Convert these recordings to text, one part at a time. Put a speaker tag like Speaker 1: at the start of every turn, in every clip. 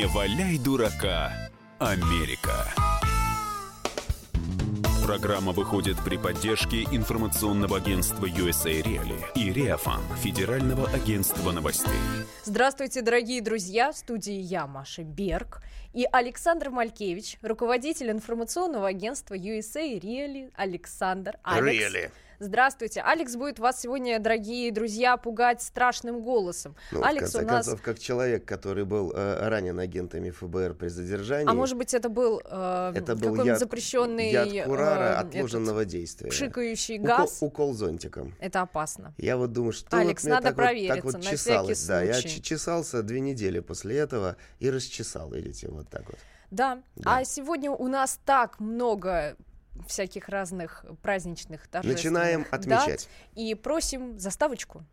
Speaker 1: Не валяй дурака, Америка. Программа выходит при поддержке информационного агентства USA Reali и Реафан, Федерального агентства новостей.
Speaker 2: Здравствуйте, дорогие друзья! В студии я, Маша Берг, и Александр Малькевич, руководитель информационного агентства USA Reali. Александр, Алекс.
Speaker 3: Really?
Speaker 2: Здравствуйте. Алекс будет вас сегодня, дорогие друзья, пугать страшным голосом.
Speaker 3: Алекс, в конце концов, как человек, который был ранен агентами ФБР при задержании.
Speaker 2: А может быть, это был какой-нибудь запрещенный
Speaker 3: яд курара отложенного действия.
Speaker 2: Пшикающий газ.
Speaker 3: Укол зонтиком.
Speaker 2: Это опасно.
Speaker 3: Я вот думаю, что
Speaker 2: Алекс, надо провериться,
Speaker 3: так вот
Speaker 2: на
Speaker 3: чесалось.
Speaker 2: всякий
Speaker 3: Да,
Speaker 2: случай.
Speaker 3: я чесался 2 недели после этого и расчесал, видите, вот так вот.
Speaker 2: Да. А сегодня у нас так много всяких разных праздничных торжественных
Speaker 3: Начинаем отмечать.
Speaker 2: дат, и просим заставочку.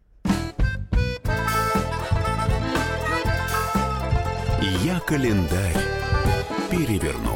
Speaker 1: Я календарь переверну.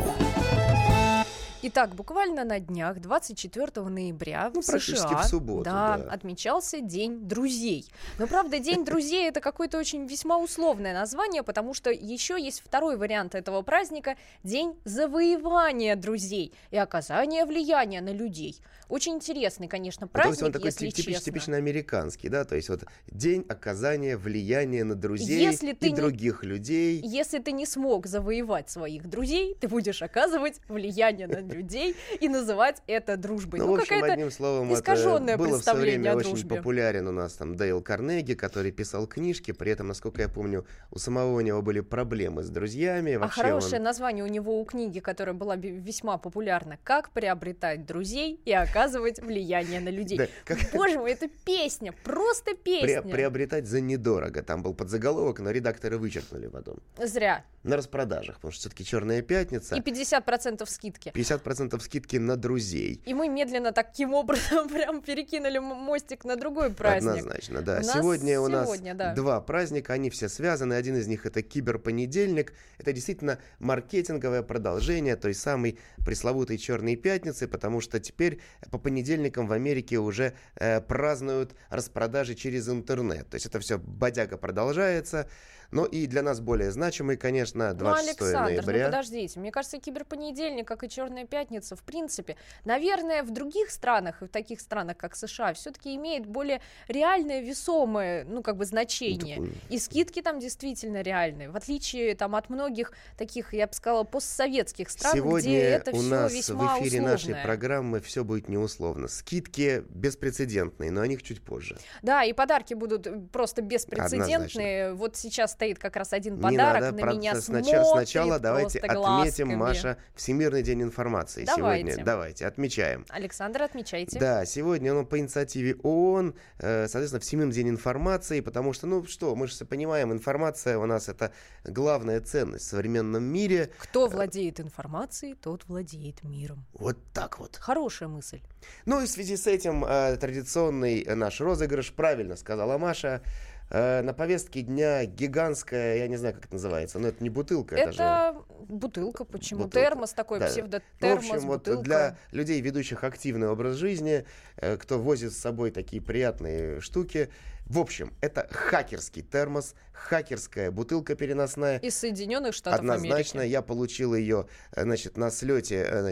Speaker 2: Итак, буквально на днях, 24 ноября в
Speaker 3: практически
Speaker 2: США
Speaker 3: в субботу,
Speaker 2: отмечался День друзей. Но, правда, День друзей — это какое-то очень весьма условное название, потому что еще есть второй вариант этого праздника — День завоевания друзей и оказания влияния на людей. Очень интересный, конечно, праздник,
Speaker 3: то есть он такой
Speaker 2: если честно.
Speaker 3: типично американский, да, то есть вот день оказания влияния на друзей и других людей.
Speaker 2: Если ты не смог завоевать своих друзей, ты будешь оказывать влияние на людей и называть это дружбой.
Speaker 3: В общем, одним словом,
Speaker 2: искаженное
Speaker 3: было в свое время
Speaker 2: о
Speaker 3: очень
Speaker 2: дружбе.
Speaker 3: популярен у нас там Дейл Карнеги, который писал книжки, при этом, насколько я помню, у самого него были проблемы с друзьями.
Speaker 2: Вообще хорошее название у него у книги, которая была весьма популярна: «Как приобретать друзей и оказывать влияние на людей». Да, Боже мой, это песня, просто песня.
Speaker 3: Приобретать за недорого. Там был подзаголовок, но редакторы вычеркнули потом.
Speaker 2: Зря.
Speaker 3: На распродажах, потому что все-таки «Черная пятница».
Speaker 2: И 50% скидки.
Speaker 3: 50% скидки на друзей.
Speaker 2: И мы медленно таким образом прям перекинули мостик на другой праздник.
Speaker 3: Однозначно, да. Сегодня у нас два праздника, они все связаны. Один из них — это киберпонедельник. Это действительно маркетинговое продолжение той самой пресловутой «Черной пятницы», потому что теперь по понедельникам в Америке уже празднуют распродажи через интернет. То есть это все бодяга продолжается. Но и для нас более значимый, конечно, 26 ноября.
Speaker 2: Подождите, мне кажется, киберпонедельник, как и Черная пятница, в принципе, наверное, в других странах, и в таких странах, как США, все-таки имеет более реальное, весомое, значение. И скидки там действительно реальные, в отличие там от многих таких, я бы сказала, постсоветских стран,
Speaker 3: сегодня
Speaker 2: где это все
Speaker 3: весьма
Speaker 2: весьма
Speaker 3: условное. Сегодня в эфире
Speaker 2: условное.
Speaker 3: нашей программы все будет неусловно. Скидки беспрецедентные, но о них чуть позже.
Speaker 2: Да, и подарки будут просто беспрецедентные.
Speaker 3: Однозначно.
Speaker 2: Вот сейчас стоит как раз один подарок, на меня смотрит.
Speaker 3: Сначала давайте отметим,
Speaker 2: глазками.
Speaker 3: Маша, Всемирный день информации.
Speaker 2: Давайте.
Speaker 3: Давайте, отмечаем.
Speaker 2: Александр, отмечайте.
Speaker 3: Да, сегодня по инициативе ООН, соответственно, Всемирный день информации, потому что, мы же все понимаем, информация у нас — это главная ценность в современном мире.
Speaker 2: Кто владеет информацией, тот владеет миром.
Speaker 3: Вот так вот.
Speaker 2: Хорошая мысль.
Speaker 3: И в связи с этим традиционный наш розыгрыш, правильно сказала Маша. На повестке дня гигантская, я не знаю, как это называется, но это не бутылка.
Speaker 2: Это бутылка, почему?
Speaker 3: Бутылка.
Speaker 2: Термос такой,
Speaker 3: да.
Speaker 2: псевдотермос,
Speaker 3: в общем,
Speaker 2: бутылка.
Speaker 3: Для людей, ведущих активный образ жизни, кто возит с собой такие приятные штуки, в общем, это хакерский термос, хакерская бутылка переносная.
Speaker 2: Из Соединенных Штатов
Speaker 3: Однозначно,
Speaker 2: Америки.
Speaker 3: я получил ее, на слете,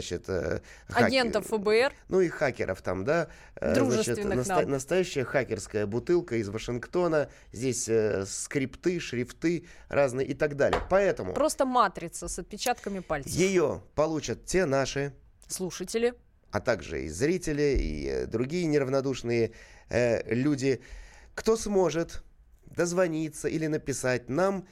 Speaker 2: агентов ФБР.
Speaker 3: И хакеров там, да.
Speaker 2: Дружественных нам.
Speaker 3: Настоящая хакерская бутылка из Вашингтона. Здесь скрипты, шрифты разные и так далее. Поэтому
Speaker 2: Просто матрица с отпечатками пальцев.
Speaker 3: ее получат те наши
Speaker 2: слушатели,
Speaker 3: а также и зрители, и другие неравнодушные люди, кто сможет дозвониться или написать нам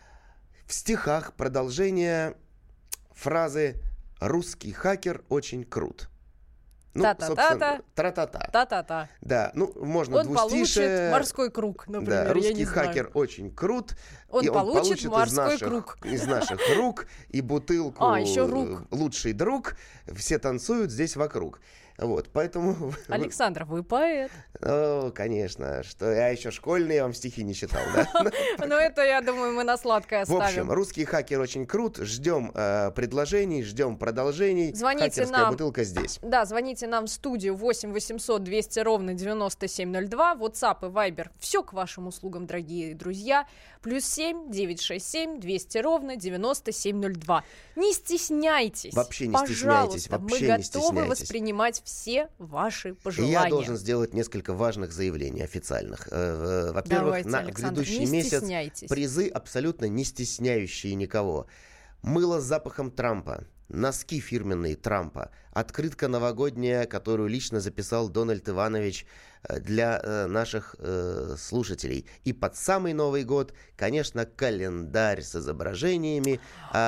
Speaker 3: в стихах продолжение фразы «Русский хакер очень крут».
Speaker 2: Та-та-та-та.
Speaker 3: Тра-та-та.
Speaker 2: Та-та-та.
Speaker 3: Да, можно
Speaker 2: он
Speaker 3: двустишие.
Speaker 2: получит морской круг, например,
Speaker 3: Да, русский
Speaker 2: я не
Speaker 3: хакер
Speaker 2: знаю.
Speaker 3: очень крут.
Speaker 2: Он
Speaker 3: и
Speaker 2: получит морской
Speaker 3: круг.
Speaker 2: круг.
Speaker 3: Из наших рук и бутылку
Speaker 2: еще рук.
Speaker 3: «Лучший друг». Все танцуют здесь вокруг. Поэтому...
Speaker 2: Александр, вы поэт.
Speaker 3: Конечно. Что я еще школьные вам стихи не читал, да?
Speaker 2: Но это, я думаю, мы на сладкое оставим.
Speaker 3: В общем, русский хакер очень крут. Ждем предложений, ждем продолжений.
Speaker 2: Звоните
Speaker 3: Хакерская
Speaker 2: нам.
Speaker 3: бутылка здесь.
Speaker 2: Да, звоните Звоните нам в студию 8 800 200 ровно 9702. WhatsApp и Viber. Все к вашим услугам, дорогие друзья. +7 967 200 ровно 9702. Не стесняйтесь.
Speaker 3: Вообще не
Speaker 2: пожалуйста,
Speaker 3: стесняйтесь. Вообще
Speaker 2: мы готовы воспринимать все ваши пожелания.
Speaker 3: Я должен сделать несколько важных заявлений официальных. Во-первых, на грядущий месяц призы абсолютно не стесняющие никого. Мыло с запахом Трампа, носки фирменные Трампа, открытка новогодняя, которую лично записал Дональд Иванович для наших слушателей. И под самый Новый год, конечно, календарь с изображениями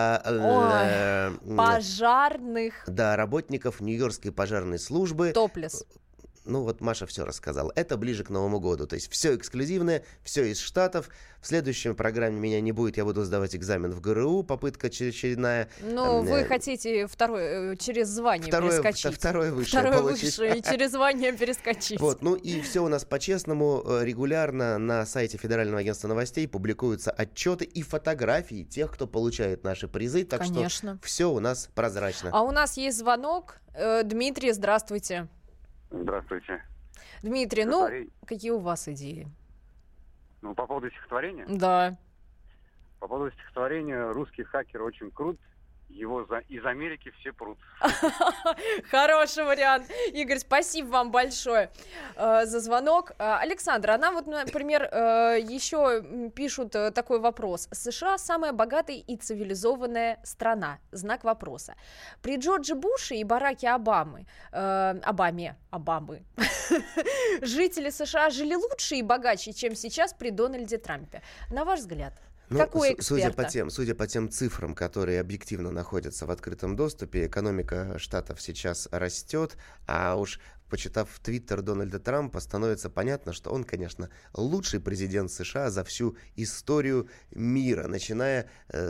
Speaker 2: пожарных.
Speaker 3: Да, работников Нью-Йоркской пожарной службы.
Speaker 2: Топлес.
Speaker 3: Ну вот Маша все рассказала. Это ближе к Новому году. То есть все эксклюзивное, все из Штатов. В следующей программе меня не будет. Я буду сдавать экзамен в ГРУ. Попытка очередная.
Speaker 2: Ну, вы хотите второе, через звание перескочить.
Speaker 3: Второе высшее получить.
Speaker 2: Второе высшее, и через звание перескочить.
Speaker 3: Вот, ну и все у нас по-честному. Регулярно на сайте Федерального агентства новостей публикуются отчеты и фотографии тех, кто получает наши призы. Так
Speaker 2: Конечно.
Speaker 3: Что все у нас прозрачно.
Speaker 2: А у нас есть звонок. Дмитрий, здравствуйте.
Speaker 4: Здравствуйте.
Speaker 2: Дмитрий, ну, какие у вас идеи?
Speaker 4: Ну, по поводу стихотворения?
Speaker 2: Да.
Speaker 4: По поводу стихотворения «Русский хакер очень крут». Его из Америки все прут.
Speaker 2: Хороший вариант. Игорь, спасибо вам большое за звонок. Александра, она вот, например, еще пишут такой вопрос. США самая богатая и цивилизованная страна. Знак вопроса. При Джордже Буше и Бараке Обаме жители США жили лучше и богаче, чем сейчас при Дональде Трампе. На ваш взгляд?
Speaker 3: Ну,
Speaker 2: какой эксперта?
Speaker 3: Судя по тем цифрам, которые объективно находятся в открытом доступе, экономика штатов сейчас растет, а уж почитав Твиттер Дональда Трампа, становится понятно, что он, конечно, лучший президент США за всю историю мира, начиная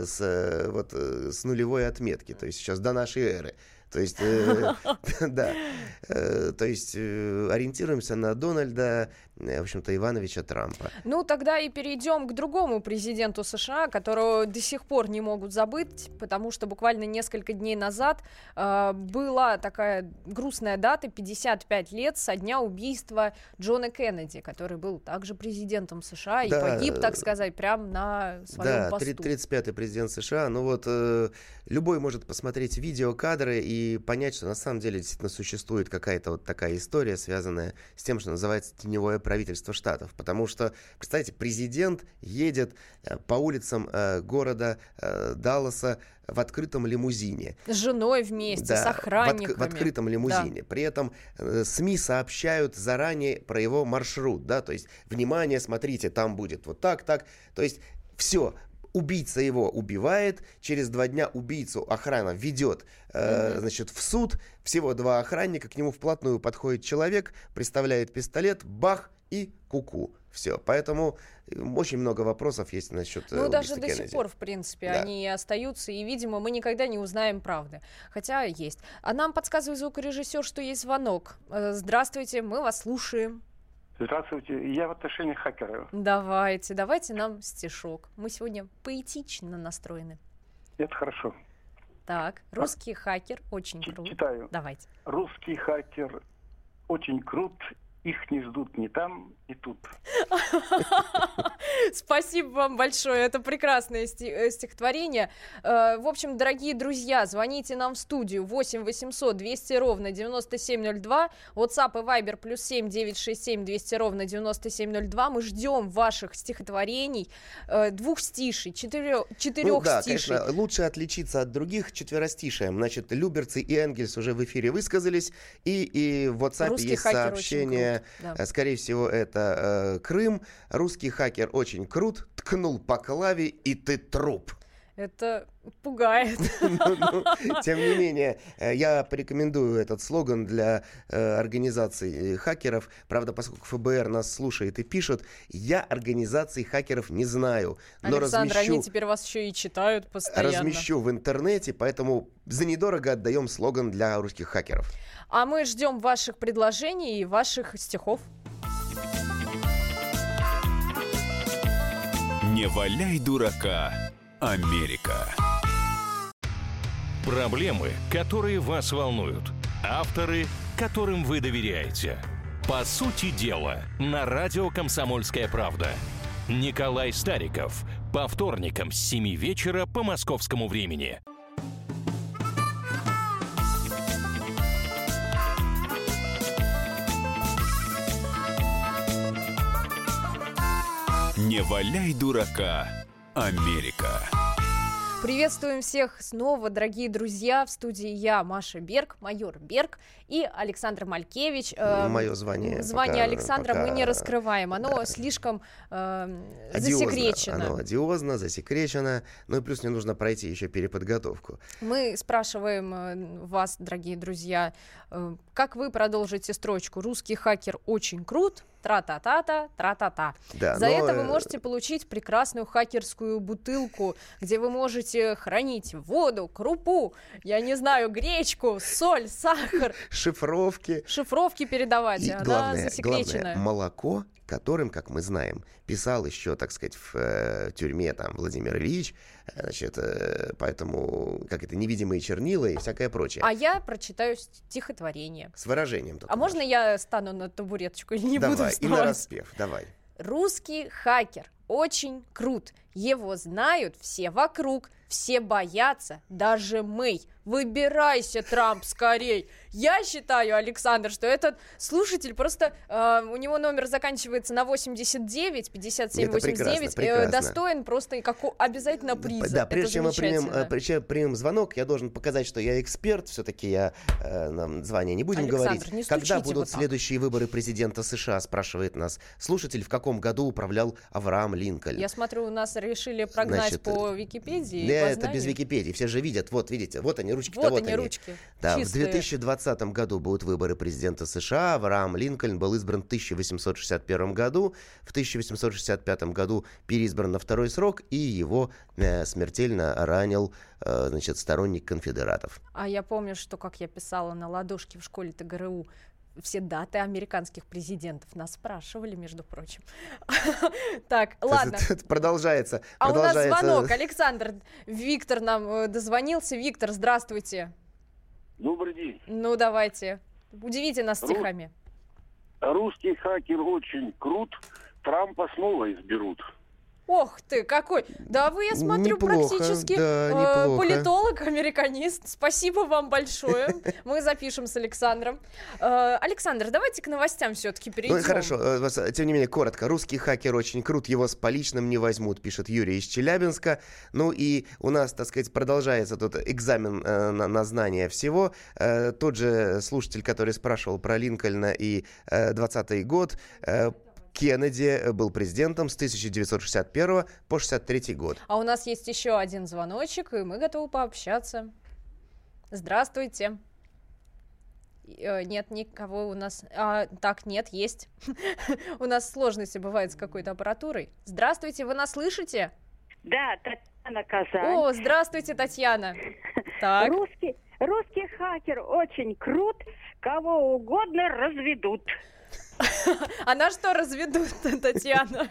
Speaker 3: с нулевой отметки, то есть сейчас до нашей эры. То есть, да, то есть ориентируемся на Дональда, в общем-то, Ивановича Трампа.
Speaker 2: Ну, тогда и перейдем к другому президенту США, которого до сих пор не могут забыть, потому что буквально несколько дней назад была такая грустная дата, 55 лет со дня убийства Джона Кеннеди, который был также президентом США и погиб, так сказать, прямо на своем посту.
Speaker 3: Да, 35-й президент США. Ну вот, любой может посмотреть видеокадры и понять, что на самом деле действительно существует какая-то вот такая история, связанная с тем, что называется теневое правительство штатов. Потому что, представьте, президент едет по улицам города Далласа в открытом лимузине.
Speaker 2: С женой вместе, с охранниками.
Speaker 3: В открытом лимузине. Да. При этом СМИ сообщают заранее про его маршрут. Да? То есть, внимание, смотрите, там будет вот так. То есть, все. Убийца его убивает, через 2 дня убийцу охрана ведет в суд, всего 2 охранника, к нему вплотную подходит человек, приставляет пистолет, бах, и ку-ку. Все, поэтому очень много вопросов есть насчет убийства
Speaker 2: даже до
Speaker 3: Кеннеди.
Speaker 2: сих пор, в принципе, они остаются, и, видимо, мы никогда не узнаем правды. Хотя есть. А нам подсказывает звукорежиссер, что есть звонок. Здравствуйте, мы вас слушаем.
Speaker 5: Здравствуйте, я в отношении хакера.
Speaker 2: Давайте нам стишок. Мы сегодня поэтично настроены.
Speaker 5: Это хорошо.
Speaker 2: Так, русский хакер очень крут.
Speaker 5: Читаю.
Speaker 2: Давайте.
Speaker 5: Русский хакер очень крут. Их не ждут ни там, ни тут.
Speaker 2: Спасибо вам большое. Это прекрасное стихотворение. В общем, дорогие друзья, звоните нам в студию 8 800 200 ровно 9702. WhatsApp и Viber +7 967 200 ровно 9702. Мы ждем ваших стихотворений, 2 стишей, 4 стишей.
Speaker 3: Конечно, лучше отличиться от других четверостишием. Значит, Люберцы и Энгельс уже в эфире высказались. И в WhatsApp
Speaker 2: русский
Speaker 3: есть сообщение.
Speaker 2: Да.
Speaker 3: Скорее всего, это Крым. Русский хакер очень крут. Ткнул по клаве, и ты труп.
Speaker 2: Это пугает.
Speaker 3: Тем не менее, я порекомендую этот слоган для организаций хакеров. Правда, поскольку ФБР нас слушает и пишет, я организаций хакеров не знаю. Но
Speaker 2: Александр, они теперь вас еще и читают постоянно.
Speaker 3: Размещу в интернете, поэтому за недорого отдаем слоган для русских хакеров.
Speaker 2: А мы ждем ваших предложений и ваших стихов.
Speaker 1: Не валяй дурака, Америка.
Speaker 6: Проблемы, которые вас волнуют. Авторы, которым вы доверяете. По сути дела, на радио «Комсомольская правда». Николай Стариков. По вторникам с 7 вечера по московскому времени.
Speaker 1: Не валяй дурака, Америка.
Speaker 2: Приветствуем всех снова, дорогие друзья. В студии я, Маша Берг, майор Берг, и Александр Малькевич.
Speaker 3: Мое звание.
Speaker 2: Звание Александра мы не раскрываем. Оно слишком засекречено.
Speaker 3: Оно одиозно, засекречено. Ну и плюс мне нужно пройти еще переподготовку. Мы
Speaker 2: спрашиваем вас, дорогие друзья, как вы продолжите строчку «Русский хакер очень крут». Тра-та-та-та, тра-та-та. Да, За это вы можете получить прекрасную хакерскую бутылку, где вы можете хранить воду, крупу, я не знаю, гречку, соль, сахар.
Speaker 3: Шифровки.
Speaker 2: Шифровки передавать,
Speaker 3: и главное, молоко, которым, как мы знаем, писал еще, так сказать, в тюрьме там Владимир Ильич, значит, поэтому, как это, невидимые чернила и всякое прочее.
Speaker 2: А я прочитаю стихотворение.
Speaker 3: С выражением.
Speaker 2: А можно я стану на табуреточку или не буду вставать?
Speaker 3: И на распев, давай.
Speaker 2: Русский хакер очень крут, его знают все вокруг, все боятся, даже мы. Выбирайся, Трамп, скорей. Я считаю, Александр, что этот слушатель просто, у него номер заканчивается на 89, 57, это 89, прекрасно. Достоин просто обязательно приза.
Speaker 3: Да, прежде чем мы примем звонок, я должен показать, что я эксперт, все-таки я звание не будем
Speaker 2: Александр,
Speaker 3: говорить.
Speaker 2: Не
Speaker 3: Когда будут следующие выборы президента США, спрашивает нас слушатель, в каком году управлял Авраам Линкольн.
Speaker 2: Я смотрю, у нас решили прогнать по Википедии.
Speaker 3: Нет, это без Википедии, все же видят, вот видите, вот они, ручки-то, вот они.
Speaker 2: Ручки.
Speaker 3: Да, в 2020 году будут выборы президента США. Авраам Линкольн был избран в 1861 году. В 1865 году переизбран на второй срок, и его смертельно ранил, значит, сторонник конфедератов.
Speaker 2: А я помню, что, как я писала на ладошке в школе ТГРУ, все даты американских президентов нас спрашивали, между прочим. Так, ладно.
Speaker 3: Продолжается.
Speaker 2: А у нас звонок. Александр, Виктор нам дозвонился. Виктор, здравствуйте.
Speaker 5: Добрый день.
Speaker 2: Ну, давайте. Удивите нас стихами.
Speaker 5: Русский хакер очень крут. Трампа снова изберут.
Speaker 2: Ох ты, какой! Да вы, я смотрю,
Speaker 3: неплохо,
Speaker 2: практически политолог, американист. Спасибо вам большое. Мы запишем с Александром. Александр, давайте к новостям все-таки перейдем.
Speaker 3: Ну, хорошо, тем не менее, коротко. Русский хакер очень крут, его с поличным не возьмут, пишет Юрий из Челябинска. Ну и у нас, так сказать, продолжается тут экзамен на знание всего. Тот же слушатель, который спрашивал про Линкольна и 20-й год, Кеннеди был президентом с 1961 по 1963 год.
Speaker 2: А у нас есть еще один звоночек, и мы готовы пообщаться. Здравствуйте. Нет, никого у нас... Так, нет, есть. У нас сложности бывают с какой-то аппаратурой. Здравствуйте, вы нас слышите?
Speaker 7: Да, Татьяна, Казань.
Speaker 2: О, здравствуйте, Татьяна. Так.
Speaker 7: Русский хакер очень крут, кого угодно разведут.
Speaker 2: А на что разведут, Татьяна?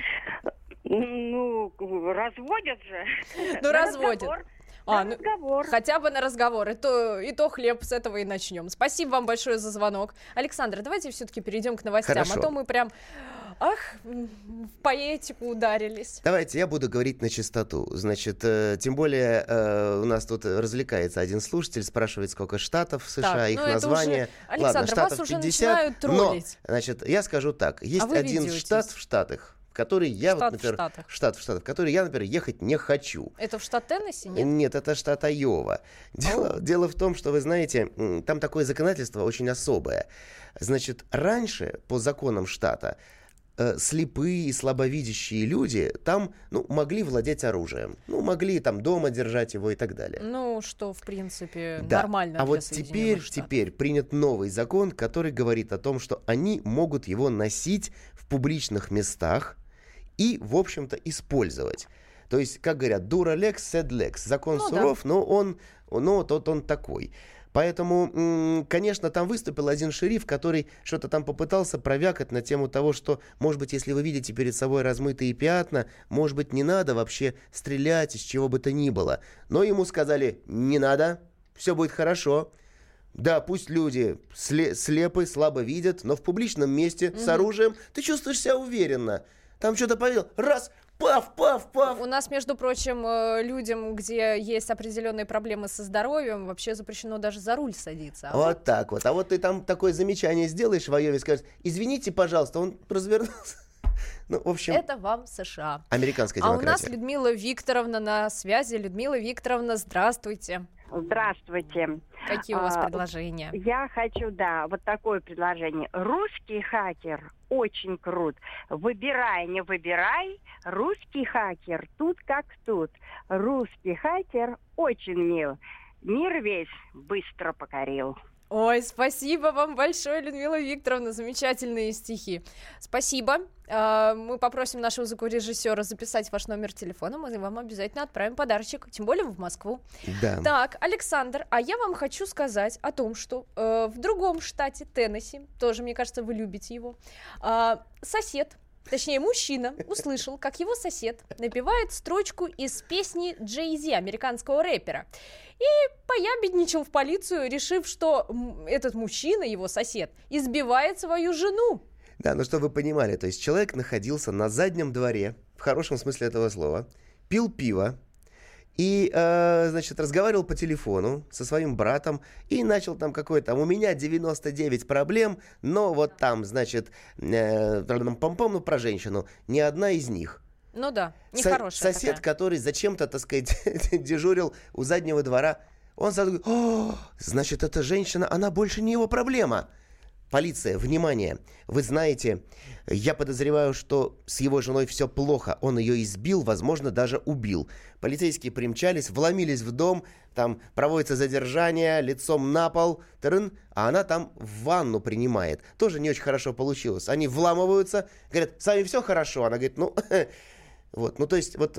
Speaker 7: Ну, разводят же.
Speaker 2: Ну, разводят.
Speaker 7: Разговор.
Speaker 2: Хотя бы на разговор. И то хлеб, с этого и начнем. Спасибо вам большое за звонок. Александр, давайте все-таки перейдем к новостям.
Speaker 3: Хорошо.
Speaker 2: А то мы прям... в поэтику ударились.
Speaker 3: Давайте, я буду говорить на чистоту. Значит, тем более у нас тут развлекается один слушатель, спрашивает, сколько штатов в США, так, их название.
Speaker 2: Александр, ладно,
Speaker 3: штатов
Speaker 2: вас
Speaker 3: 50,
Speaker 2: уже начинают троллить.
Speaker 3: Но, значит, я скажу так. Есть один штат в Штатах, в который я, штат в Штатах, в который я, например, ехать не хочу.
Speaker 2: Это в штат Теннесси, нет?
Speaker 3: Нет, это штат Айова. Дело в том, что, вы знаете, там такое законодательство очень особое. Значит, раньше, по законам штата, слепые и слабовидящие люди там, могли владеть оружием. Могли там дома держать его и так далее.
Speaker 2: Ну, что, в принципе,
Speaker 3: да.
Speaker 2: нормально.
Speaker 3: А вот теперь принят новый закон, который говорит о том, что они могут его носить в публичных местах и, в общем-то, использовать. То есть, как говорят, дура лекс, сед лекс. Закон суров, да. но он такой. Поэтому, конечно, там выступил один шериф, который что-то там попытался провякать на тему того, что, может быть, если вы видите перед собой размытые пятна, может быть, не надо вообще стрелять из чего бы то ни было. Но ему сказали, не надо, все будет хорошо. Да, пусть люди слепы, слабо видят, но в публичном месте с оружием ты чувствуешь себя уверенно. Там что-то повел, раз, паф, паф, паф.
Speaker 2: У нас, между прочим, людям, где есть определенные проблемы со здоровьем, вообще запрещено даже за руль садиться.
Speaker 3: Вот так вот. А вот ты там такое замечание сделаешь в Айове, скажешь, извините, пожалуйста, он развернулся. Ну, в общем...
Speaker 2: Это вам США.
Speaker 3: Американская демократия.
Speaker 2: А у нас Людмила Викторовна на связи. Людмила Викторовна, здравствуйте.
Speaker 7: Здравствуйте.
Speaker 2: Какие у вас предложения?
Speaker 7: Я хочу, вот такое предложение. Русский хакер очень крут. Выбирай, не выбирай, русский хакер тут как тут. Русский хакер очень мил. Мир весь быстро покорил.
Speaker 2: Ой, спасибо вам большое, Людмила Викторовна, замечательные стихи. Спасибо. Мы попросим нашего звукорежиссера записать ваш номер телефона, мы вам обязательно отправим подарочек, тем более в Москву.
Speaker 3: Да.
Speaker 2: Так, Александр, а я вам хочу сказать о том, что в другом штате, Теннесси, тоже, мне кажется, вы любите его, сосед, точнее, мужчина услышал, как его сосед напевает строчку из песни Джей-Зи, американского рэпера, и поябедничал в полицию, решив, что этот мужчина, его сосед, избивает свою жену.
Speaker 3: Да, ну чтобы вы понимали, то есть человек находился на заднем дворе, в хорошем смысле этого слова, пил пиво, и, значит, разговаривал по телефону со своим братом и начал там какой-то, у меня 99 проблем, но вот там, значит, пом-пом, ну, про женщину, ни одна из них.
Speaker 2: Ну да, нехорошая
Speaker 3: сосед,
Speaker 2: такая.
Speaker 3: который зачем-то, так сказать, дежурил у заднего двора, он сразу говорит, о, значит, эта женщина, она больше не его проблема. Полиция, внимание, вы знаете, я подозреваю, что с его женой все плохо. Он ее избил, возможно, даже убил. Полицейские примчались, вломились в дом, там проводится задержание, лицом на пол, а она там ванну принимает. Тоже не очень хорошо получилось. Они вламываются, говорят, с вами все хорошо? Она говорит, ну, вот, ну, то есть, вот...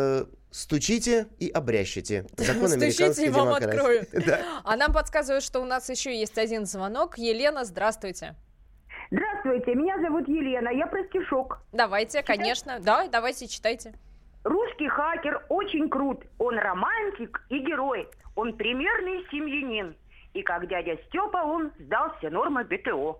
Speaker 3: Стучите и обрящите. Закон
Speaker 2: Стучите, и вам откроют.
Speaker 3: Да.
Speaker 2: А нам подсказывают, что у нас еще есть один звонок. Елена, здравствуйте.
Speaker 8: Здравствуйте, меня зовут Елена, я про стишок.
Speaker 2: Давайте, конечно. Да, давайте, читайте.
Speaker 8: Русский хакер очень крут. Он романтик и герой. Он примерный семьянин. И как дядя Степа, он сдал все нормы ГТО.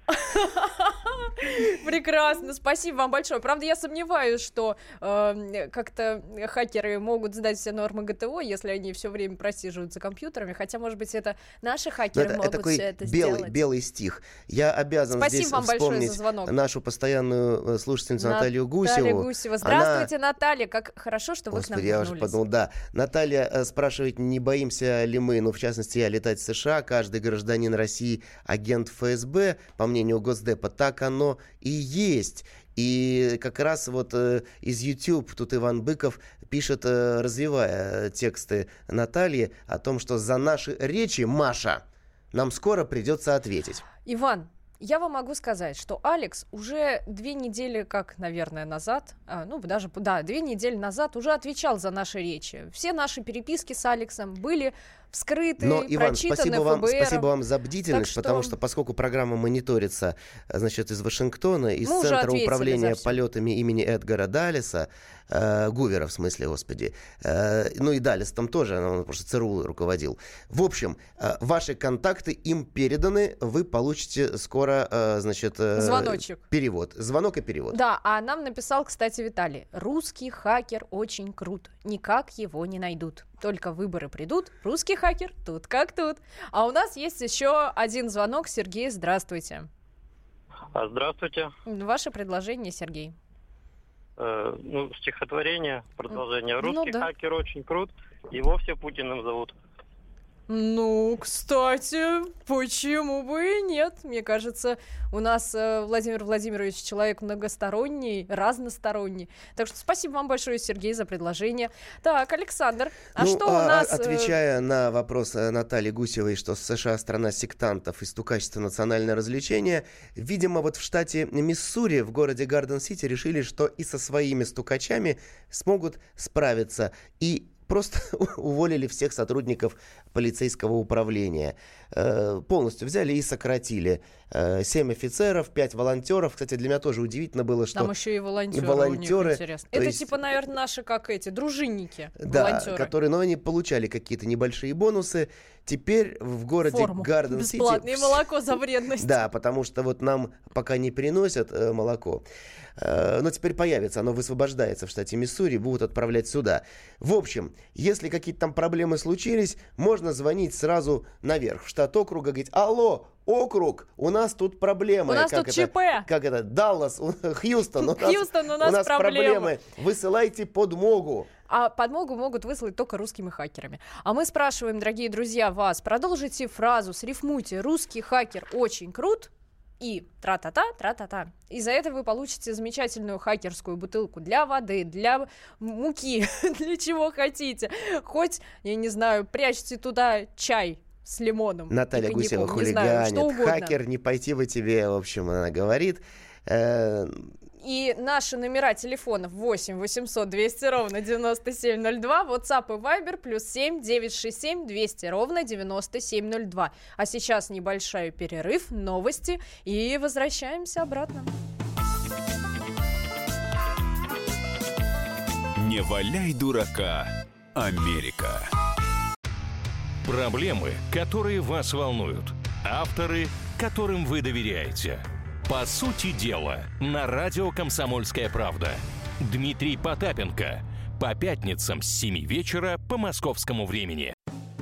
Speaker 2: Прекрасно, спасибо вам большое. Правда, я сомневаюсь, что как-то хакеры могут сдать все нормы ГТО, если они все время просиживают за компьютерами. Хотя, может быть, это наши хакеры могут все это сделать.
Speaker 3: Белый стих. Я обязан
Speaker 2: спасибо
Speaker 3: здесь
Speaker 2: вам
Speaker 3: вспомнить нашу постоянную слушательницу Наталью Гусеву.
Speaker 2: Наталья Гусева. Здравствуйте, Наталья. Как хорошо, что вы к нам вернулись.
Speaker 3: Я уже подумал, да. Наталья спрашивает, не боимся ли мы, ну, в частности, я летать в США. Каждый гражданин России агент ФСБ, по мнению Госдепа, так оно и есть. И как раз вот из YouTube тут Иван Быков пишет, развивая тексты Натальи, о том, что за наши речи, Маша, нам скоро придется ответить.
Speaker 2: Иван, я вам могу сказать, что Алекс уже 2 недели, как, наверное, назад, 2 недели назад уже отвечал за наши речи. Все наши переписки с Алексом были вскрыты,
Speaker 3: но, Иван,
Speaker 2: прочитаны
Speaker 3: спасибо вам за бдительность, потому что поскольку программа мониторится, значит, из Вашингтона, из Центра управления полетами имени Эдгара Даллеса, Гувера, в смысле, господи, ну и Даллес там тоже, он просто ЦРУ руководил. В общем, ваши контакты им переданы, вы получите скоро, значит,
Speaker 2: звоночек.
Speaker 3: Перевод. Звонок и перевод.
Speaker 2: Да, а нам написал, кстати, Виталий, русский хакер очень крут, никак его не найдут. Только выборы придут, русский хакер тут как тут. А у нас есть еще один звонок. Сергей, здравствуйте.
Speaker 9: Здравствуйте.
Speaker 2: Ваше предложение, Сергей.
Speaker 9: Стихотворение, продолжение. Русский хакер очень крут, его все Путиным зовут.
Speaker 2: Ну, кстати, почему бы и нет? Мне кажется, у нас Владимир Владимирович человек многосторонний, разносторонний. Так что спасибо вам большое, Сергей, за предложение. Так, Александр, что у нас...
Speaker 3: Отвечая на вопрос Натальи Гусевой, что США страна сектантов и стукачество национальное развлечение, видимо, вот в штате Миссури, в городе Гарден-Сити, решили, что и со своими стукачами смогут справиться. И просто уволили всех сотрудников полицейского управления. полностью взяли и сократили. 7 офицеров, 5 волонтеров. Кстати, для меня тоже удивительно было, что...
Speaker 2: Там еще и волонтеры. Это
Speaker 3: есть,
Speaker 2: типа, наверное, наши, как эти, дружинники.
Speaker 3: Да,
Speaker 2: волонтеры.
Speaker 3: которые, но они получали какие-то небольшие бонусы. Теперь в городе Гарден-Сити...
Speaker 2: Бесплатное молоко за вредность.
Speaker 3: Да, потому что вот нам пока не приносят молоко. Но теперь появится, оно высвобождается в штате Миссури, будут отправлять сюда. В общем, если какие-то там проблемы случились, можно звонить сразу наверх, в штат округа, говорить: алло, округ, у нас тут проблемы.
Speaker 2: У нас тут ЧП.
Speaker 3: Как это? Даллас, Хьюстон, у
Speaker 2: нас
Speaker 3: проблемы. Высылайте подмогу.
Speaker 2: А подмогу могут выслать только русскими хакерами. А мы спрашиваем, дорогие друзья, вас, продолжите фразу, срифмуйте: русский хакер очень крут и тра-та-та, тра-та-та. И за это вы получите замечательную хакерскую бутылку для воды, для муки, для чего хотите. Хоть, я не знаю, прячьте туда чай с лимоном.
Speaker 3: Наталья Гусева хулиганит. Хакер, не пойти бы тебе, в общем, она говорит.
Speaker 2: И наши номера телефонов 8 800 200 ровно 9702, WhatsApp и Viber +7 967 200 ровно 9702. А сейчас небольшой перерыв, новости, и возвращаемся обратно.
Speaker 1: Не валяй дурака, Америка.
Speaker 6: Проблемы, которые вас волнуют. Авторы, которым вы доверяете. По сути дела, на радио «Комсомольская правда». Дмитрий Потапенко. По пятницам с 7 вечера по московскому времени.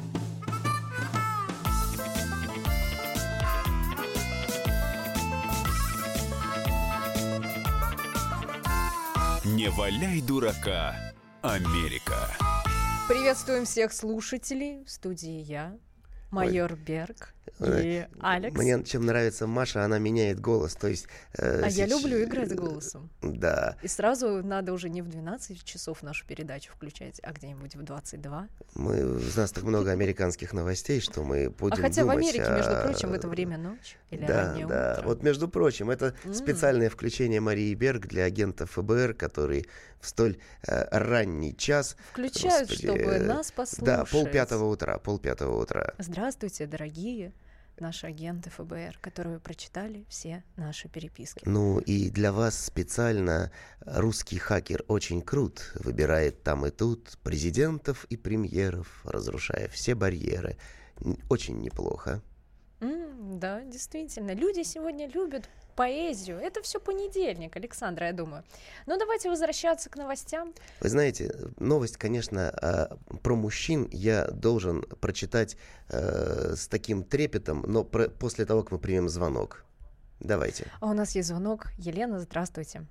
Speaker 1: Не валяй дурака, Америка.
Speaker 2: Приветствуем всех слушателей. В студии я, майор Берг и Алекс.
Speaker 3: Мне чем нравится Маша, она меняет голос. То есть,
Speaker 2: я люблю играть голосом.
Speaker 3: Да.
Speaker 2: И сразу надо уже не в 12 часов нашу передачу включать, а где-нибудь в 22.
Speaker 3: У нас так много американских новостей, что мы будем думать...
Speaker 2: хотя в Америке, между прочим, в это время ночь или раннее утро.
Speaker 3: Вот, между прочим, это специальное включение Марии Берг для агентов ФБР, которые в столь ранний час...
Speaker 2: Включают, чтобы нас послушать.
Speaker 3: Да, полпятого утра.
Speaker 2: Здравствуйте, дорогие наши агенты ФБР, которые прочитали все наши переписки.
Speaker 3: Ну и для вас специально русский хакер очень крут. Выбирает там и тут президентов и премьеров, разрушая все барьеры. Очень неплохо.
Speaker 2: Да, действительно. Люди сегодня любят поэзию. Это все понедельник, Александра, я думаю. Но давайте возвращаться к новостям.
Speaker 3: Вы знаете, новость, конечно, про мужчин я должен прочитать с таким трепетом, но после того, как мы примем звонок. Давайте.
Speaker 2: А у нас есть звонок. Елена, здравствуйте.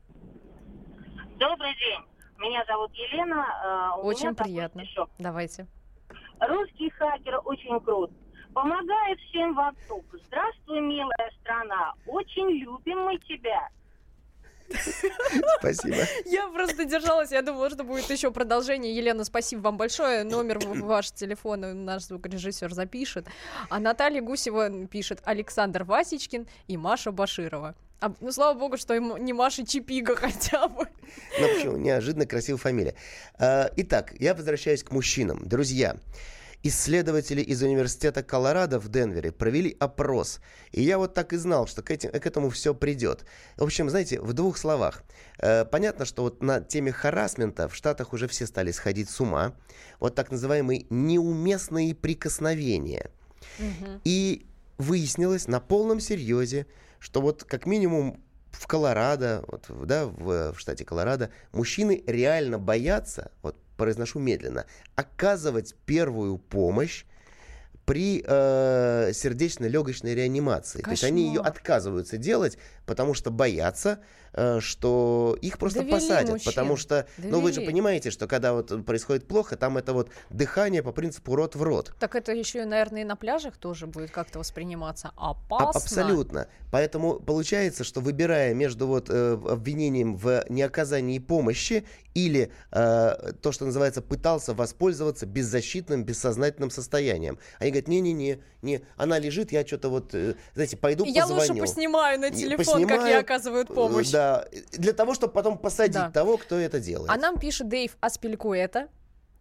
Speaker 10: Добрый день. Меня зовут Елена.
Speaker 2: Очень приятно. Давайте.
Speaker 10: Русский хакер очень крут. Помогает всем вокруг. Здравствуй, милая страна. Очень любим мы тебя.
Speaker 3: Спасибо.
Speaker 2: Я просто держалась, я думала, что будет еще продолжение. Елена, спасибо вам большое. Номер ваш телефона наш звукорежиссер запишет. А Наталья Гусева пишет: Александр Васечкин и Маша Баширова. Ну, слава богу, что не Маша Чипига хотя бы.
Speaker 3: Ну, почему? Неожиданно красивая фамилия. Итак, я возвращаюсь к мужчинам. Друзья, исследователи из университета Колорадо в Денвере провели опрос. И я вот так и знал, что к этому все придет. В общем, знаете, в двух словах. Понятно, что вот на теме харассмента в Штатах уже все стали сходить с ума. Вот так называемые неуместные прикосновения. И выяснилось на полном серьезе, что вот как минимум в Колорадо, в штате Колорадо, мужчины реально боятся, вот произношу медленно, оказывать первую помощь при сердечно-легочной реанимации.
Speaker 2: Кошмар.
Speaker 3: То есть они ее отказываются делать, потому что боятся, что их просто посадят.
Speaker 2: Мужчин.
Speaker 3: Потому что, вы же понимаете, что когда вот происходит плохо, там это вот дихание по принципу рот в рот.
Speaker 2: Так это еще, наверное, и на пляжах тоже будет как-то восприниматься опасно.
Speaker 3: Абсолютно. Поэтому получается, что выбирая между вот обвинением в неоказании помощи или то, что называется, пытался воспользоваться беззащитным, бессознательным состоянием. Они говорят: не, она лежит, я что-то знаете, пойду позвоню.
Speaker 2: Я лучше поснимаю на телефон, как ей оказывают помощь.
Speaker 3: Да, для того, чтобы потом посадить того, кто это делает.
Speaker 2: А нам пишет Дэйв Аспилькуэта.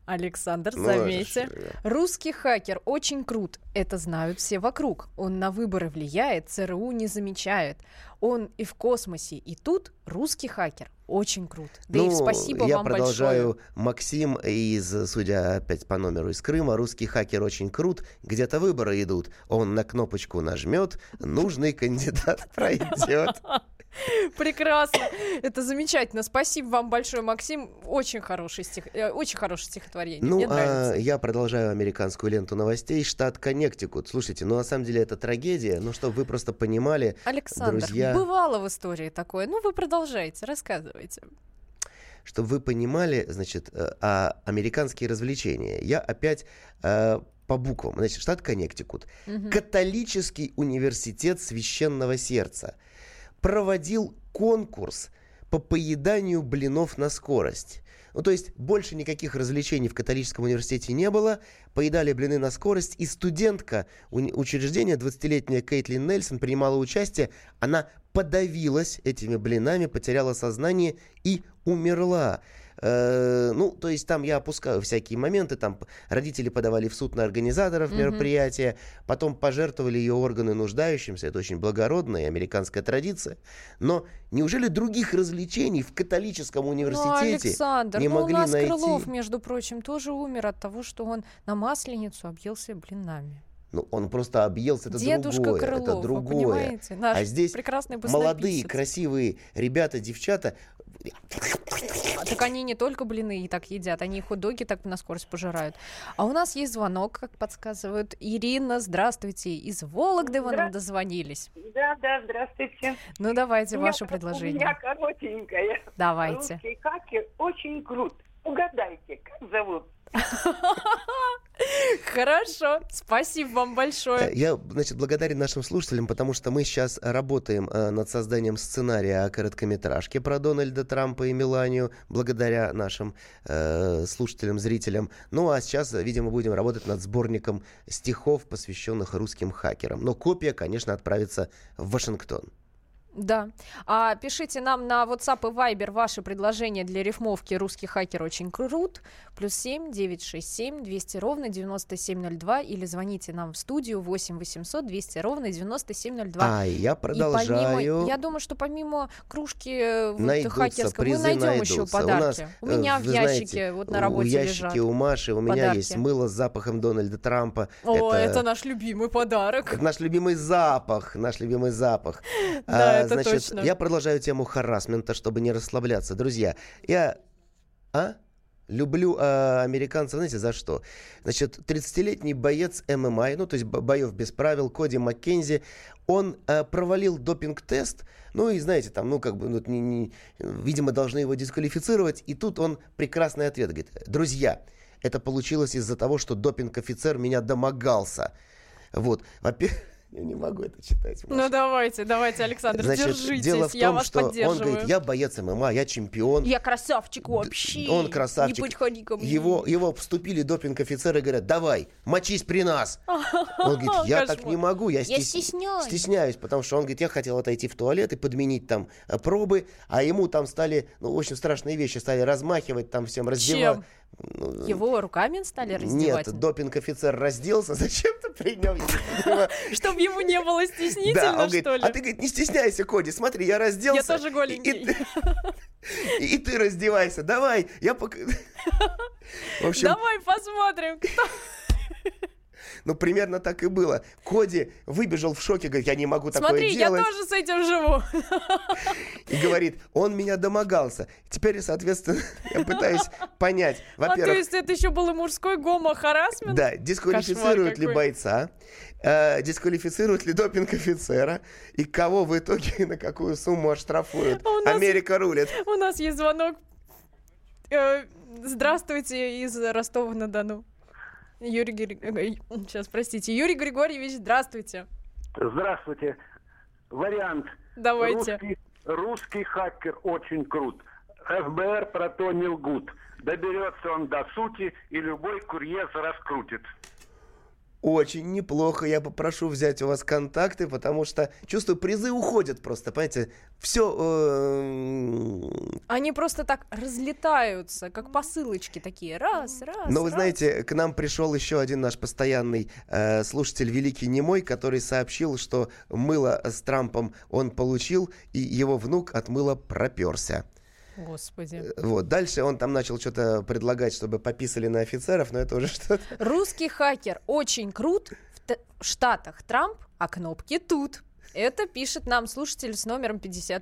Speaker 2: Александр, заметьте. Русский хакер очень крут. Это знают все вокруг. Он на выборы влияет, ЦРУ не замечает. Он и в космосе, и тут русский хакер очень крут. Да и спасибо вам большое.
Speaker 3: Я продолжаю. Максим судя опять по номеру из Крыма, русский хакер очень крут. Где-то выборы идут. Он на кнопочку нажмет, нужный кандидат пройдет.
Speaker 2: Прекрасно. Это замечательно. Спасибо вам большое, Максим. Очень хорошее стихотворение. Мне нравится.
Speaker 3: Я продолжаю американскую ленту новостей. Штат Коннектикут. Слушайте, на самом деле это трагедия. Чтобы вы просто понимали,
Speaker 2: Александр,
Speaker 3: друзья...
Speaker 2: бывало в истории такое. Вы продолжайте, рассказывайте.
Speaker 3: Чтобы вы понимали, американские развлечения. Я опять... по буквам. Штат Коннектикут. Католический университет Священного Сердца проводил конкурс по поеданию блинов на скорость. То есть больше никаких развлечений в католическом университете не было. Поедали блины на скорость. И студентка учреждения, 20-летняя Кейтлин Нельсон, принимала участие. Она подавилась этими блинами, потеряла сознание и умерла. То есть там я опускаю всякие моменты, там родители подавали в суд на организаторов мероприятия, потом пожертвовали ее органы нуждающимся, это очень благородная американская традиция, но неужели других развлечений в католическом университете
Speaker 2: Александр,
Speaker 3: не могли найти?
Speaker 2: У нас Крылов, между прочим, тоже умер от того, что он на Масленицу объелся блинами.
Speaker 3: Он просто объелся, это
Speaker 2: Дедушка
Speaker 3: другое.
Speaker 2: Крылов,
Speaker 3: это другое.
Speaker 2: Вы понимаете? Наш
Speaker 3: а здесь молодые, красивые ребята, девчата.
Speaker 2: Так они не только блины и так едят, они и хот-доги так на скорость пожирают. А у нас есть звонок, как подсказывают. Ирина, здравствуйте. Из Вологды вы нам дозвонились.
Speaker 11: Да, здравствуйте.
Speaker 2: Давайте ваше предложение.
Speaker 11: У меня коротенькое.
Speaker 2: Давайте.
Speaker 11: Русский хакер очень крут. Угадайте, как зовут?
Speaker 2: Хорошо, спасибо вам большое.
Speaker 3: Я, благодарен нашим слушателям, потому что мы сейчас работаем над созданием сценария о короткометражке про Дональда Трампа и Меланию, благодаря нашим слушателям, зрителям. А сейчас, видимо, будем работать над сборником стихов, посвященных русским хакерам. Но копия, конечно, отправится в Вашингтон.
Speaker 2: Да. Пишите нам на WhatsApp и Viber ваши предложения для рифмовки «Русский хакер очень крут». +7 967 200 9702 или звоните нам в студию 8 800 200 9702.
Speaker 3: Я продолжаю.
Speaker 2: Я думаю, что помимо кружки хакерской мы найдем еще подарки. У меня в ящике на работе лежат.
Speaker 3: В ящике у Маши у меня есть мыло с запахом Дональда Трампа.
Speaker 2: Это наш любимый подарок.
Speaker 3: Это наш любимый запах.
Speaker 2: Да, это точно.
Speaker 3: Я продолжаю тему харассмента, чтобы не расслабляться. Друзья, я люблю американцев, знаете, за что? 30-летний боец ММА, то есть боев без правил, Коди Маккензи, он провалил допинг-тест, и знаете, там, видимо, должны его дисквалифицировать, и тут он прекрасный ответ говорит: друзья, это получилось из-за того, что допинг-офицер меня домогался. Во-первых, я не могу это читать.
Speaker 2: Давайте, Александр, держитесь,
Speaker 3: дело в том,
Speaker 2: я вас
Speaker 3: что
Speaker 2: поддерживаю.
Speaker 3: Он говорит: я боец ММА, я чемпион.
Speaker 2: Я красавчик вообще.
Speaker 3: Он красавчик.
Speaker 2: Не подходи ко мне.
Speaker 3: Его вступили допинг-офицеры и говорят: давай, мочись при нас. Он говорит: я так не могу, я стесняюсь, потому что он говорит: я хотел отойти в туалет и подменить там пробы, а ему там стали, очень страшные вещи, стали размахивать, там всем раздевать.
Speaker 2: Чем? Его руками стали раздевать?
Speaker 3: Нет, допинг-офицер разделся, зачем-то при нем.
Speaker 2: Чтобы ему не было стеснительно, что ли?
Speaker 3: А ты, говорит, не стесняйся, Коди, смотри, я разделся.
Speaker 2: Я тоже голенький.
Speaker 3: И ты раздевайся, давай, я
Speaker 2: Давай посмотрим, кто...
Speaker 3: Примерно так и было. Коди выбежал в шоке, говорит: я не могу такое делать.
Speaker 2: Смотри, я тоже с этим живу.
Speaker 3: И говорит: он меня домогался. Теперь, соответственно, я пытаюсь понять. Во-первых,
Speaker 2: то есть это еще был и мужской гомо-харассмент?
Speaker 3: Да, дисквалифицируют ли бойца, дисквалифицируют ли допинг-офицера, и кого в итоге на какую сумму оштрафуют. Америка рулит.
Speaker 2: У нас есть звонок. Здравствуйте, из Ростова-на-Дону. Юрий Григорьевич, здравствуйте.
Speaker 5: Здравствуйте. Вариант.
Speaker 2: Давайте.
Speaker 5: Русский хакер очень крут. ФБР про то не лгут. Доберется он до сути, и любой курьез раскрутит.
Speaker 3: Очень неплохо. Я попрошу взять у вас контакты, потому что, чувствую, призы уходят просто, понимаете? Все...
Speaker 2: Они просто так разлетаются, как посылочки такие. Раз.
Speaker 3: Но вы знаете, к нам пришел еще один наш постоянный слушатель, Великий Немой, который сообщил, что мыло с Трампом он получил, и его внук от мыла проперся.
Speaker 2: Господи.
Speaker 3: Вот. Дальше он там начал что-то предлагать, чтобы пописали на офицеров, но это уже что-то...
Speaker 2: Русский хакер очень крут. В Штатах Трамп, а кнопки тут. Это пишет нам слушатель с номером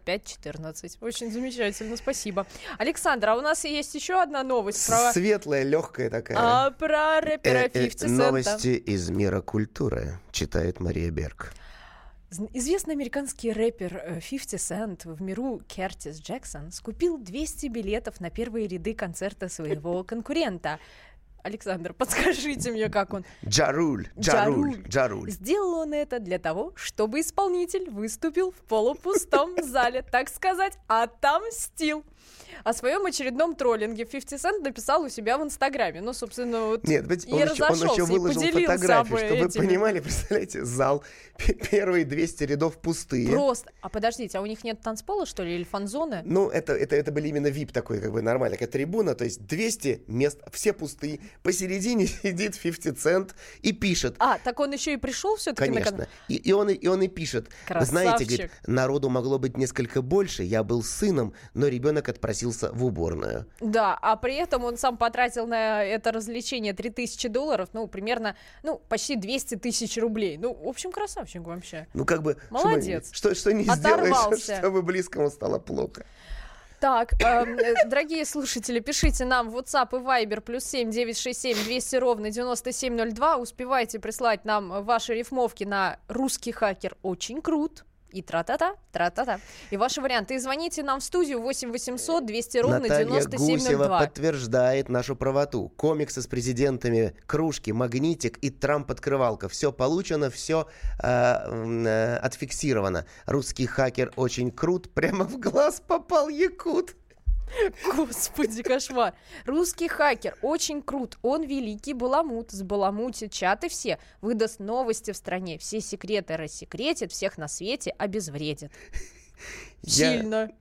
Speaker 2: 5514. Очень замечательно, спасибо. Александр, а у нас есть еще одна новость.
Speaker 3: Светлая, легкая такая.
Speaker 2: Про рэпера 50 Cent.
Speaker 3: Новости из мира культуры, читает Мария Берг.
Speaker 2: Известный американский рэпер 50 Cent, в миру Кертис Джексон, скупил 200 билетов на первые ряды концерта своего конкурента. Александр, подскажите мне, как он...
Speaker 3: Джаруль.
Speaker 2: Сделал он это для того, чтобы исполнитель выступил в полупустом зале, так сказать, отомстил. О своем очередном троллинге 50 Cent написал у себя в Инстаграме. Ну, собственно, вот
Speaker 3: и разошелся, он еще выложил фотографию, чтобы вы понимали, представляете, зал, первые 200 рядов пустые.
Speaker 2: Просто. А подождите, а у них нет танцпола, что ли, или фан-зоны?
Speaker 3: Ну, это были именно VIP такой, как бы нормальная такая трибуна, то есть 200 мест, все пустые. Посередине сидит 50 Cent и пишет.
Speaker 2: А, так он еще и пришел все-таки?
Speaker 3: Конечно. И он и пишет.
Speaker 2: Красавчик.
Speaker 3: Знаете, говорит, народу могло быть несколько больше, я был сыном, но ребенок отпросился в уборную.
Speaker 2: Да, а при этом он сам потратил на это развлечение $3000, ну, примерно, почти 200 тысяч рублей. Ну, в общем, красавчик вообще.
Speaker 3: Ну, как бы...
Speaker 2: Молодец.
Speaker 3: Что не сделаешь, чтобы близкому стало плохо.
Speaker 2: Так, дорогие слушатели, пишите нам в WhatsApp и Viber +7 967 200 9702. Успевайте прислать нам ваши рифмовки на «Русский хакер очень крут». И тра-та-та. И ваши варианты. И звоните нам в студию 8 800 200 9702.
Speaker 3: Наталья Гусева подтверждает нашу правоту. Комиксы с президентами, кружки, магнитик и Трамп-открывалка. Все получено, все отфиксировано. Русский хакер очень крут. Прямо в глаз попал якут.
Speaker 2: Господи, кошмар. Русский хакер очень крут. Он великий баламут. Сбаламутит чаты все. Выдаст новости в стране. Все секреты рассекретит. Всех на свете обезвредит. Сильно.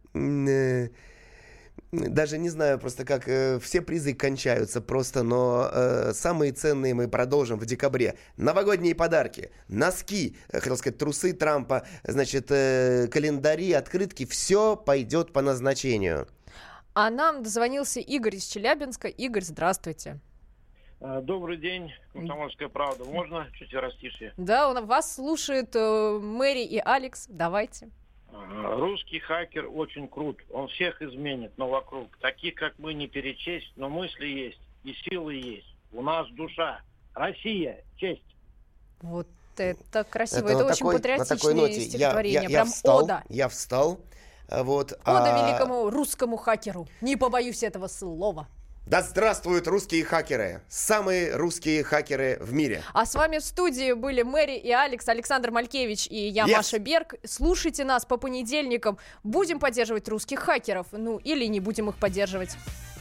Speaker 3: Даже не знаю просто, как все призы кончаются просто, но самые ценные мы продолжим в декабре. Новогодние подарки, носки, хотел сказать, трусы Трампа, значит, календари, открытки. Все пойдет по назначению.
Speaker 2: А нам дозвонился Игорь из Челябинска. Игорь, здравствуйте.
Speaker 12: Добрый день, «Комсомольская правда». Можно чуть растишье?
Speaker 2: Да, вас слушает Мэри и Алекс. Давайте.
Speaker 12: Русский хакер очень крут. Он всех изменит, но вокруг. Таких, как мы, не перечесть, но мысли есть и силы есть. У нас душа. Россия, честь.
Speaker 2: Вот это красиво. Это очень патриотичное стихотворение. Прям ода.
Speaker 3: Я встал. Вот,
Speaker 2: ода великому русскому хакеру. Не побоюсь этого слова.
Speaker 3: Да здравствуют русские хакеры. Самые русские хакеры в мире.
Speaker 2: А с вами в студии были Мэри и Алекс, Александр Малькевич и я, Маша Берг. Слушайте нас по понедельникам. Будем поддерживать русских хакеров. Ну, или не будем их поддерживать.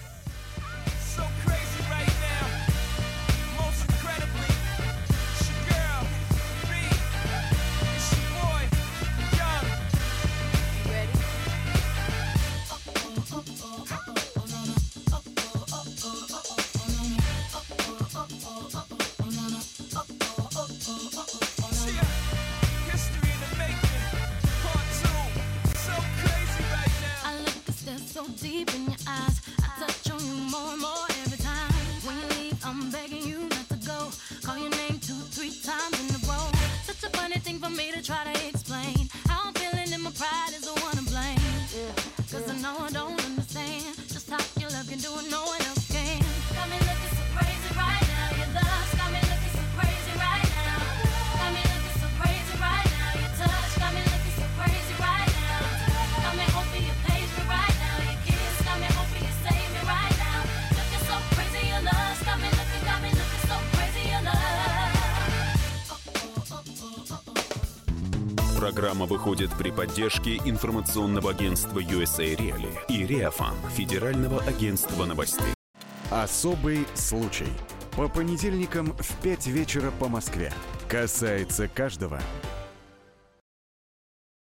Speaker 13: Deep in your eyes, I touch on you more and more every time. When you leave, I'm begging you not to go. Call your name 2-3 times in a row. Such a funny thing for me to try to explain. How I'm feeling and my pride is the one to blame. Cause I know I don't understand just how your love can do it, no one else can. Got me looking so crazy right now. Your love got me looking so crazy right now. Got me looking so crazy right now. Your touch got me looking so crazy right now. Got me hoping you page me right now.
Speaker 1: Программа выходит при поддержке информационного агентства USA Reali и Реафан, Федерального агентства новостей.
Speaker 14: Особый случай. По понедельникам в 5 вечера по Москве. Касается каждого.